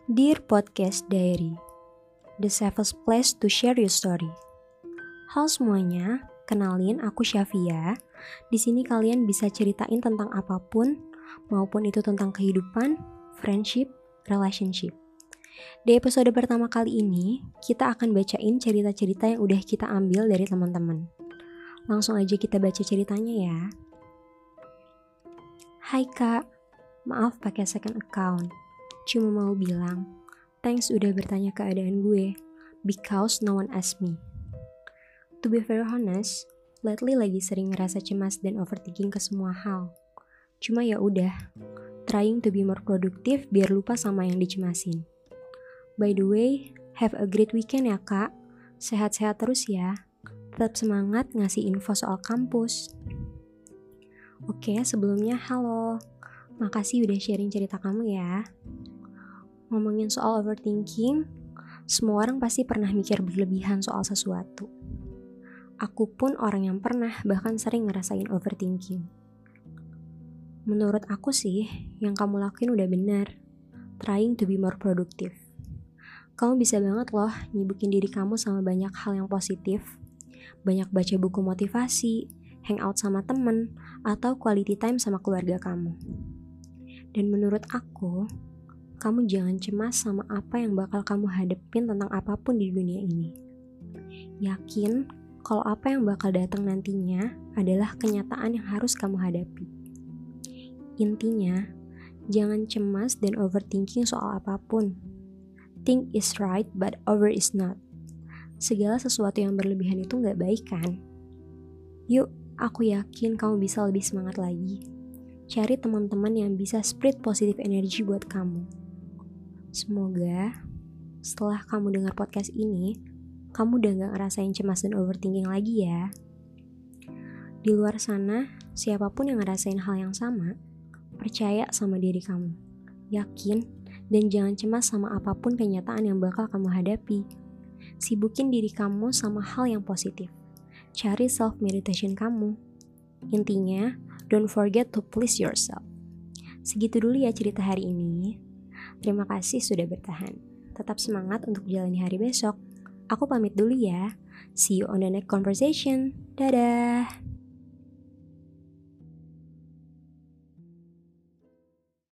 Dear Podcast Diary, the safest place to share your story. Halo semuanya, kenalin aku Syafia. Di sini kalian bisa ceritain tentang apapun, maupun itu tentang kehidupan, friendship, relationship. Di episode pertama kali ini, kita akan bacain cerita-cerita yang udah kita ambil dari teman-teman. Langsung aja kita baca ceritanya ya. Hai Kak, maaf pakai second account. Cuma mau bilang, thanks udah bertanya keadaan gue, because no one asked me. To be very honest, lately lagi sering ngerasa cemas dan overthinking ke semua hal. Cuma ya udah, trying to be more productive biar lupa sama yang dicemasin. By the way, have a great weekend ya Kak. Sehat-sehat terus ya. Tetap semangat ngasih info soal kampus. Oke, sebelumnya halo. Makasih udah sharing cerita kamu ya. Ngomongin soal overthinking, semua orang pasti pernah mikir berlebihan soal sesuatu. Aku pun orang yang pernah bahkan sering ngerasain overthinking. Menurut aku sih, yang kamu lakuin udah benar. Trying to be more productive. Kamu bisa banget loh nyibukin diri kamu sama banyak hal yang positif. Banyak baca buku motivasi, hangout sama temen, atau quality time sama keluarga kamu. Dan menurut aku, kamu jangan cemas sama apa yang bakal kamu hadepin tentang apapun di dunia ini. Yakin kalau apa yang bakal datang nantinya adalah kenyataan yang harus kamu hadapi. Intinya, jangan cemas dan overthinking soal apapun. Think is right but over is not. Segala sesuatu yang berlebihan itu gak baik kan? Yuk, aku yakin kamu bisa lebih semangat lagi. Cari teman-teman yang bisa spread positive energy buat kamu. Semoga setelah kamu dengar podcast ini, kamu udah gak ngerasain cemas dan overthinking lagi ya. Di luar sana, siapapun yang ngerasain hal yang sama, percaya sama diri kamu. Yakin dan jangan cemas sama apapun kenyataan yang bakal kamu hadapi. Sibukin diri kamu sama hal yang positif. Cari self-meditation kamu. Intinya, don't forget to please yourself. Segitu dulu ya cerita hari ini. Terima kasih sudah bertahan. Tetap semangat untuk jalani hari besok. Aku pamit dulu ya. See you on the next conversation. Dadah.